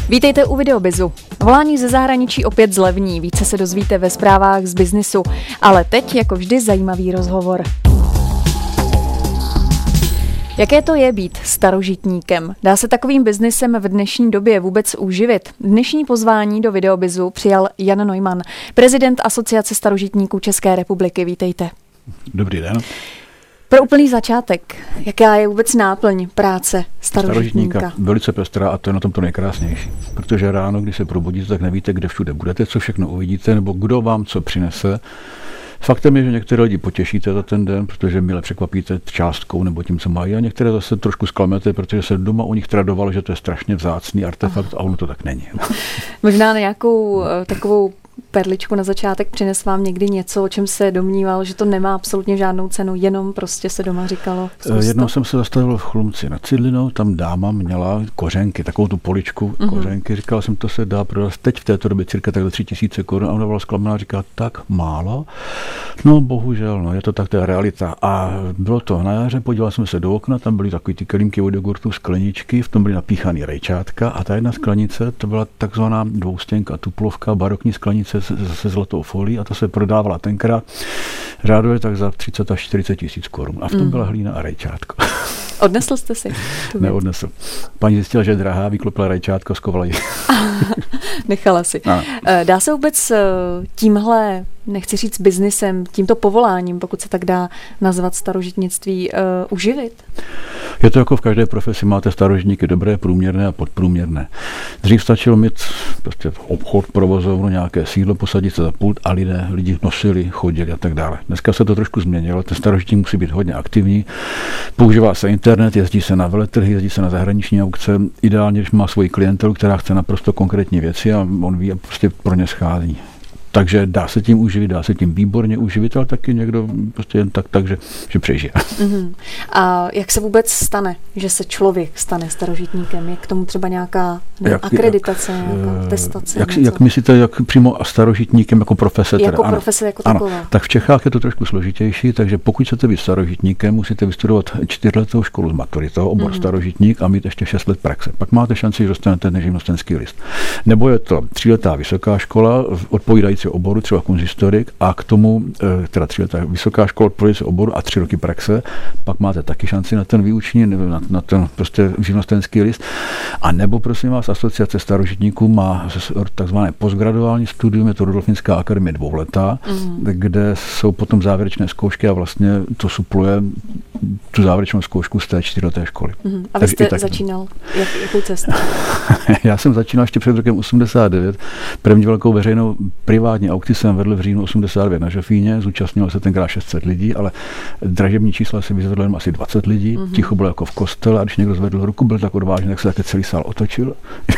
Vítejte u Videobizu. Volání ze zahraničí opět zlevní, více se dozvíte ve zprávách z biznisu, ale teď jako vždy zajímavý rozhovor. Jaké to je být starožitníkem? Dá se takovým biznisem v dnešní době vůbec uživit? Dnešní pozvání do Videobizu přijal Jan Neumann, prezident Asociace starožitníků České republiky. Vítejte. Dobrý den. Pro úplný začátek, jaká je vůbec náplň práce starožitníka? Velice pestrá a to je na tom to nejkrásnější. Protože ráno, když se probudíte, tak nevíte, kde všude budete, co všechno uvidíte, nebo kdo vám co přinese. Faktem je, že některé lidi potěšíte za ten den, protože mile překvapíte částkou nebo tím, co mají, a některé zase trošku zklamete, protože se doma u nich tradovalo, že to je strašně vzácný artefakt a ono to tak není. Možná nějakou takovou perličku na začátek přines vám někdy něco, o čem se domníval, že to nemá absolutně žádnou cenu, jenom prostě se doma říkalo. Jednou jsem se zastavil v Chlumci nad Cidlinou, tam dáma měla kořenky, takovou tu poličku kořenky, říkal jsem, to se dá prodat teď v této době cirka takhle 3 000 korun a ona byla zklamaná, říká, tak málo? No bohužel, no, je to tak, to je realita. A bylo to na jaře, podíval jsem se do okna, tam byly takový ty kelímky od jogurtu, skleničky, v tom byly napíchaný rajčátka a ta jedna sklenice, to byla takzvaná dvoustěnka tuplovka, barokní sklenice se zlatou folií a to se prodávala tenkrát řádově tak za 30 až 40 tisíc korun. A v tom byla hlína a rajčátko. Odnesl jste si? Neodnesl. Paní zjistila, že je drahá, vyklopila rajčátko, skovala ji. Nechala si. Ano. Dá se vůbec tímhle, nechci říct biznisem, tímto povoláním, pokud se tak dá nazvat starožitnictví, uživit? Je to jako v každé profesi, máte starožitníky dobré, průměrné a podprůměrné. Dřív stačilo mít prostě obchod, provozovnu, nějaké sídlo, posadit se za pult a lidi nosili, chodili a tak dále. Dneska se to trošku změnilo, ten starožitník musí být hodně aktivní, používá se internet, jezdí se na veletrhy, jezdí se na zahraniční aukce, ideálně, když má svoji klientelu, která chce naprosto konkrétní věci a on ví a prostě pro ně schází. Takže dá se tím uživit, dá se tím výborně uživit, ale taky někdo prostě jen tak, že přežije. A jak se vůbec stane, že se člověk stane starožitníkem? Je k tomu třeba nějaká akreditace, nějaká testace? Jak myslíte, jak přímo starožitníkem jako profese? Jako profese jako taková. Ano, tak v Čechách je to trošku složitější, takže pokud chcete být starožitníkem, musíte vystudovat 4letou školu s maturitou, obor starožitník a mít ještě 6 let praxe. Pak máte šanci, že dostanete živnostenský list. Nebo je to 3letá vysoká škola, odpovídající oboru, třeba konzistorik, a k tomu, teda 3letá vysoká škola odpovídající oboru a 3 roky praxe, pak máte taky šanci na ten výuční, na ten prostě živnostenský list. A nebo prosím vás, Asociace starožitníků má takzvané postgraduální studium, je to Rudolfinská akademie 2letá, kde jsou potom závěrečné zkoušky a vlastně to supluje tu závěrečnou zkoušku z té 4leté školy. A vy jste začínal jakou cestu? Já jsem začínal ještě před rokem 89. První velkou veřejnou privátní aukci jsem vedl v říjnu 89 na Žofíně, zúčastnilo se tenkrát 600 lidí, ale dražební čísla si vyzvedlo jen asi 20 lidí, ticho bylo jako v kostele a když někdo zvedl ruku, byl tak odvážný, tak se také celý sál otočil.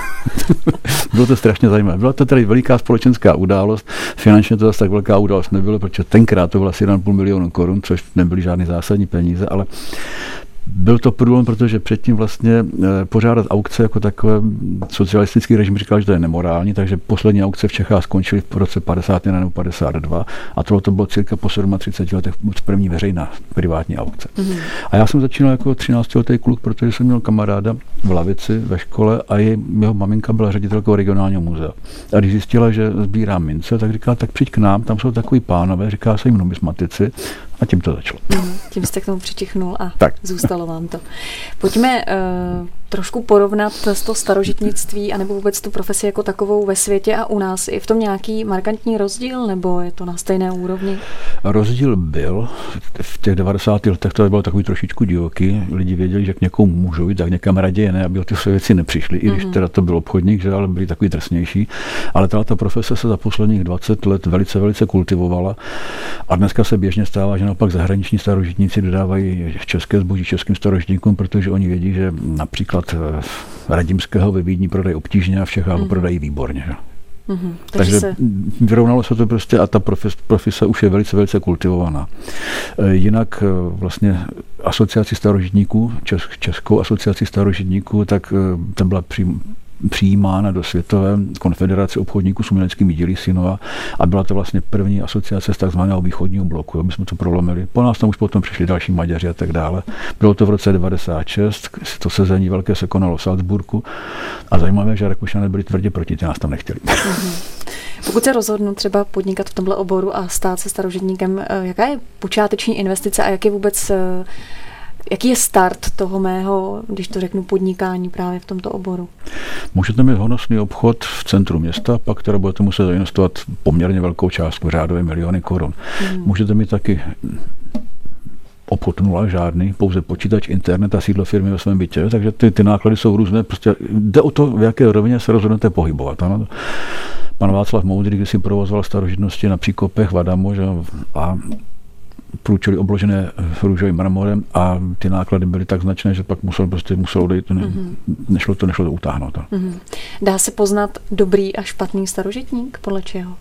Bylo to strašně zajímavé. Byla to tady veliká společenská událost, finančně to zase tak velká událost nebylo, protože tenkrát to bylo asi 1,5 milionu korun, což nebyly žádné zásadní peníze, ale byl to průlom, protože předtím vlastně pořádat aukce jako takové socialistický režim říkal, že to je nemorální, takže poslední aukce v Čechách skončily v roce 51 nebo 52 a to bylo cirka po 37 letech první veřejná privátní aukce. A já jsem začínal jako 13letý kluk, protože jsem měl kamaráda v lavici ve škole a jeho maminka byla ředitelkou regionálního muzea. A když zjistila, že sbírám mince, tak říkala, tak přijď k nám, tam jsou takový pánové, říká se jim numismatici. A tím to začalo. Tím jste k tomu přičichnul a zůstalo vám to. Pojďme trošku porovnat to starožitnictví anebo vůbec tu profesi jako takovou ve světě a u nás. Je v tom nějaký markantní rozdíl nebo je to na stejné úrovni? Rozdíl byl. V těch 90. letech to bylo takový trošičku divoký. Lidi věděli, že k někomu můžou jít, tak někam raději ne, aby o ty věci nepřišli. I když teda to byl obchodník, že ale byli takový drsnější. Ale ta profese se za posledních 20 let velice, velice kultivovala a dneska se běžně stává, že naopak zahraniční starožitníci dodávají české zboží českým starožitníkům, protože oni vědí, že například Radimského ve Vídni prodají obtížně a v Čechách ho prodají výborně. Že? Takže vyrovnalo se to prostě a ta profese už je velice, velice kultivovaná. Jinak vlastně asociaci starožitníků, Českou asociaci starožitníků, tak tam byla přijímána do Světové konfederace obchodníků s uměleckými díly Sinova a byla to vlastně první asociace z takzvaného východního bloku. My jsme to prolomili. Po nás tam už potom přišli další Maďaři a tak dále. Bylo to v roce 96, to sezení velké se konalo v Salzburgu a zajímavé, že Rakušané byli tvrdě proti, ty nás tam nechtěli. Pokud se rozhodnu třeba podnikat v tomhle oboru a stát se starožitníkem, jaká je počáteční investice a jaký je start toho mého, když to řeknu, podnikání právě v tomto oboru? Můžete mít honosný obchod v centru města, pak teda budete muset investovat poměrně velkou částku, řádově miliony korun. Můžete mít taky obchod nula, žádný, pouze počítač, internet a sídlo firmy ve svém bytě, takže ty náklady jsou různé, prostě jde o to, v jaké rovině se rozhodnete pohybovat. Ano? Pan Václav Moudrý, když si provozoval starožitnosti na Příkopech v Adamu, že, a průčely obložené růžovým mramorem a ty náklady byly tak značné, že pak muselo odejít, nešlo to utáhnout. Dá se poznat dobrý a špatný starožitník, podle čeho?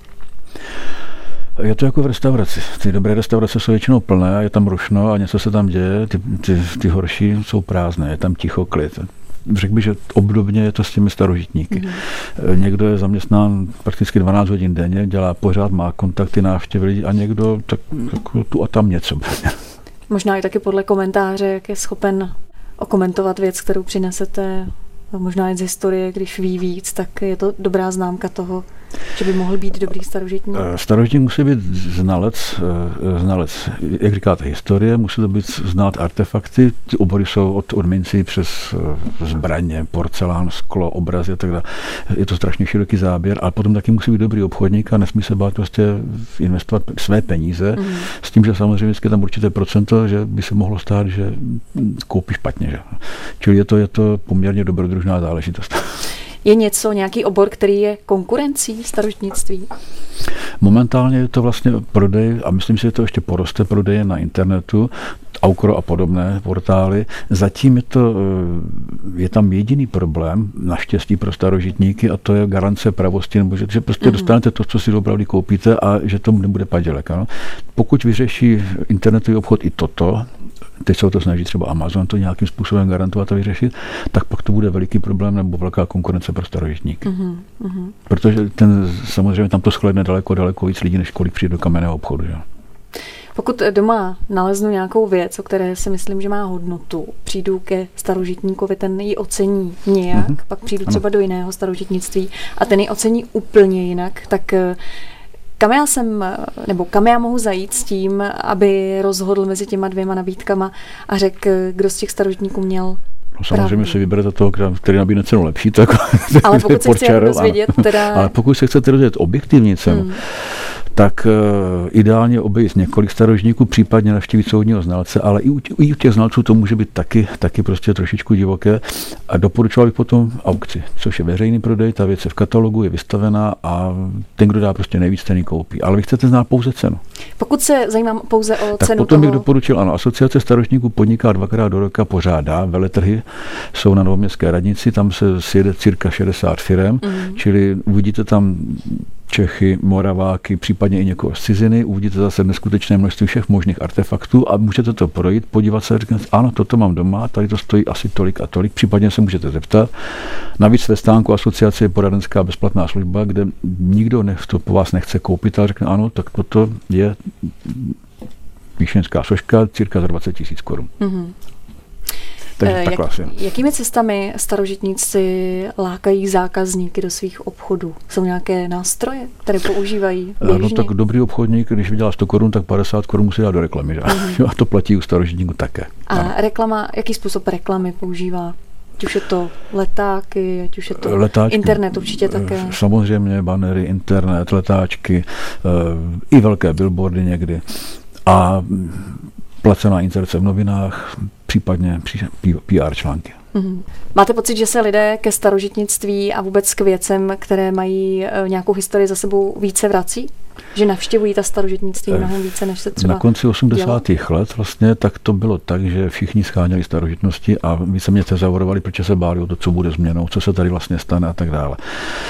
Je to jako v restauraci. Ty dobré restaurace jsou většinou plné a je tam rušno a něco se tam děje, ty horší jsou prázdné, je tam ticho, klid. Řekl bych, že obdobně je to s těmi starožitníky. Někdo je zaměstnán prakticky 12 hodin denně, dělá pořád, má kontakty, návštěvy lidí a někdo tak jako tu a tam něco. Možná i taky podle komentáře, jak je schopen okomentovat věc, kterou přinesete, možná i z historie, když ví víc, tak je to dobrá známka toho, že by mohl být dobrý starožitník. Starožitník musí být znalec, jak říkáte, historie, musí to být znát artefakty, ty obory jsou od mincí přes zbraně, porcelán, sklo, obrazy a tak dále. Je to strašně široký záběr, ale potom taky musí být dobrý obchodník a nesmí se bát prostě investovat své peníze, s tím, že samozřejmě je tam určité procento, že by se mohlo stát, že koupí špatně. Že? Čili je to poměrně dobrodružná záležitost. Je nějaký obor, který je konkurencí starožitnictví? Momentálně je to vlastně prodej, a myslím si, že to ještě poroste, prodeje na internetu, Aukro a podobné portály. Zatím je tam jediný problém, naštěstí pro starožitníky, a to je garance pravosti, nebo že prostě dostanete to, co si opravdu koupíte a že to nebude padělek. Ano? Pokud vyřeší internetový obchod i toto, teď se o to snaží třeba Amazon to nějakým způsobem garantovat a vyřešit, tak pak to bude veliký problém nebo velká konkurence pro starožitníky. Protože samozřejmě tam to shledne daleko víc lidí, než kolik přijde do kamenného obchodu. Že? Pokud doma naleznu nějakou věc, o které si myslím, že má hodnotu, přijdu ke starožitníkovi, ten ji ocení nějak, pak přijdu třeba do jiného starožitnictví a ten ji ocení úplně jinak, tak kam já mohu zajít s tím, aby rozhodl mezi těma dvěma nabídkama a řekl, kdo z těch starožitníků měl samozřejmě si vyberete toho, který nabídne cenu lepší. Tak, ale pokud se chcete dozvědět, ale pokud se chcete dozvědět objektivní cenu, tak ideálně obejít několik starožitníků, případně navštívit soudního znalce, ale i u těch znalců to může být taky prostě trošičku divoké. A doporučoval bych potom aukci, což je veřejný prodej, ta věc je v katalogu, je vystavená a ten, kdo dá prostě nejvíc, ten ji koupí. Ale vy chcete znát pouze cenu. Pokud se zajímám pouze o tak cenu potom bych doporučil, ano, asociace starožitníků podniká 2krát do roka, pořádá veletrhy, jsou na Novoměstské radnici, tam se sjede cirka 60 firem, čili uvidíte tam Čechy, Moraváky, případně i někoho z ciziny, uvidíte zase neskutečné množství všech možných artefaktů a můžete to projít, podívat se a říkat, ano, toto mám doma, tady to stojí asi tolik a tolik, případně se můžete zeptat. Navíc ve stánku asociace je poradenská bezplatná služba, kde nikdo to po vás nechce koupit, ale řekne, ano, tak toto je výšenská soška, cirka za 20 000 korun. Jakými cestami starožitníci lákají zákazníky do svých obchodů? Jsou nějaké nástroje, které používají běžně? No tak dobrý obchodník, když vydělá 100 korun, tak 50 korun musí dát do reklamy. Že? A to platí u starožitníků také. A reklama, jaký způsob reklamy používá? Ať už je to letáky, ať už je to internet určitě také. Samozřejmě banery, internet, letáčky, i velké billboardy někdy. A placená inzerce v novinách, případně PR články. Máte pocit, že se lidé ke starožitnictví a vůbec k věcem, které mají nějakou historii za sebou, více vrací? Že navštěvují ta starožitnictví mnohem více, než se třeba na konci 80. let vlastně tak to bylo tak, že všichni scháněli starožitnosti a víceméně se zavorovali, protože se báli o to, co bude změnou, co se tady vlastně stane a tak dále.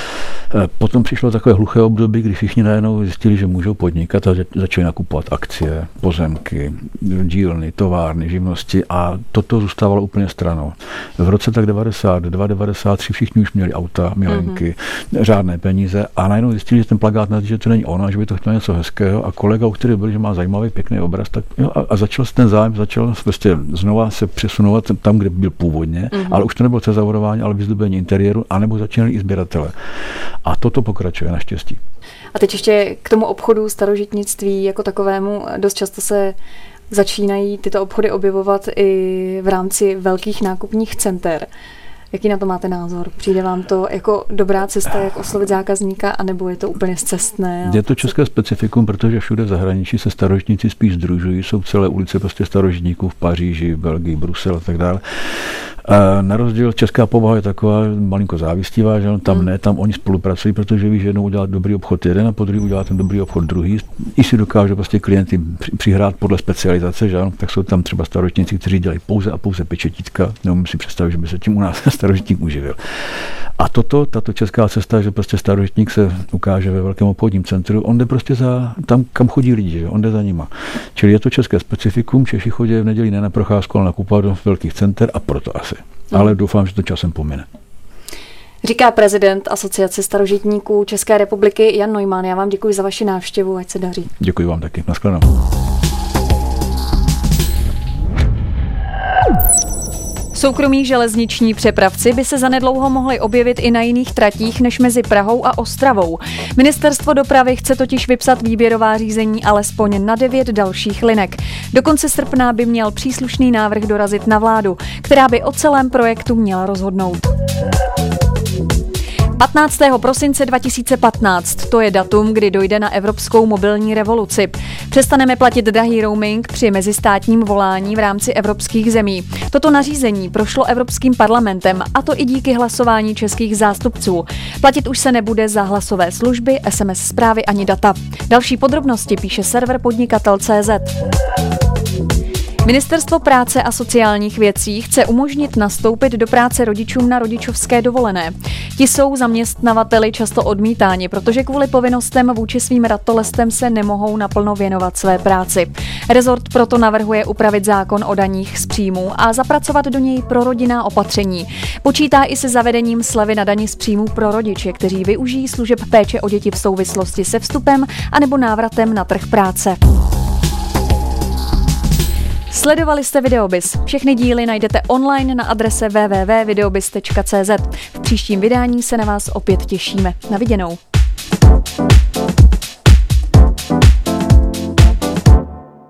Potom přišlo takové hluché období, kdy všichni najednou zjistili, že můžou podnikat a začali nakupovat akcie, pozemky, dílny, továrny, živnosti a toto zůstávalo úplně stranou. V roce tak 92, 93 všichni už měli auta, milenky, řádné peníze a najednou zjistili, že ten plakát, že to není ono, že by to chtělo něco hezkého a kolega, u který byl, že má zajímavý, pěkný obraz, tak jo, a začal se ten zájem, začal prostě znova se přesunovat tam, kde byl původně, ale už to nebylo cezaurování, ale vyzdobení interiéru, anebo začínali i sběratele. A toto pokračuje naštěstí. A teď ještě k tomu obchodu starožitnictví jako takovému. Dost často se začínají tyto obchody objevovat i v rámci velkých nákupních center. Jaký na to máte názor? Přijde vám to jako dobrá cesta, jak oslovit zákazníka, anebo je to úplně scestné? Je to české specifikum, protože všude v zahraničí se starožitníci spíš sdružují, jsou celé ulice prostě starožitníků v Paříži, v Belgii, Brusel a tak dále. Na rozdíl česká povaha je taková malinko závistivá, že tam oni spolupracují, protože ví, že jednou udělat dobrý obchod jeden a po druhý udělat ten dobrý obchod druhý. I si dokážou prostě klienty přihrát podle specializace, že tak jsou tam třeba starožitníci, kteří dělají pouze a pouze pečetítka. Neumím si představit, že by se tím u nás starožitník uživil. A tato česká cesta, že prostě starožitník se ukáže ve velkém obchodním centru, on jde prostě tam, kam chodí lidi, že on jde za nima. Čili je to české specifikum, Češi chodí v neděli ne na procházku, ale nakupovat do velkých center a proto asi. Ale doufám, že to časem pomine. Říká prezident Asociace starožitníků České republiky Jan Neumann. Já vám děkuji za vaši návštěvu, ať se daří. Děkuji vám taky. Naschledanou. Soukromí železniční přepravci by se zanedlouho mohli objevit i na jiných tratích než mezi Prahou a Ostravou. Ministerstvo dopravy chce totiž vypsat výběrová řízení alespoň na 9 dalších linek. Do konce srpna by měl příslušný návrh dorazit na vládu, která by o celém projektu měla rozhodnout. 15. prosince 2015, to je datum, kdy dojde na evropskou mobilní revoluci. Přestaneme platit drahý roaming při mezistátním volání v rámci evropských zemí. Toto nařízení prošlo Evropským parlamentem, a to i díky hlasování českých zástupců. Platit už se nebude za hlasové služby, SMS zprávy ani data. Další podrobnosti píše server podnikatel.cz. Ministerstvo práce a sociálních věcí chce umožnit nastoupit do práce rodičům na rodičovské dovolené. Ti jsou zaměstnavateli často odmítáni, protože kvůli povinnostem vůči svým ratolestem se nemohou naplno věnovat své práci. Rezort proto navrhuje upravit zákon o daních z příjmů a zapracovat do něj prorodinná opatření. Počítá i se zavedením slevy na dani z příjmů pro rodiče, kteří využijí služeb péče o děti v souvislosti se vstupem anebo návratem na trh práce. Sledovali jste Videobiz. Všechny díly najdete online na adrese www.videobiz.cz. V příštím vydání se na vás opět těšíme. Na viděnou.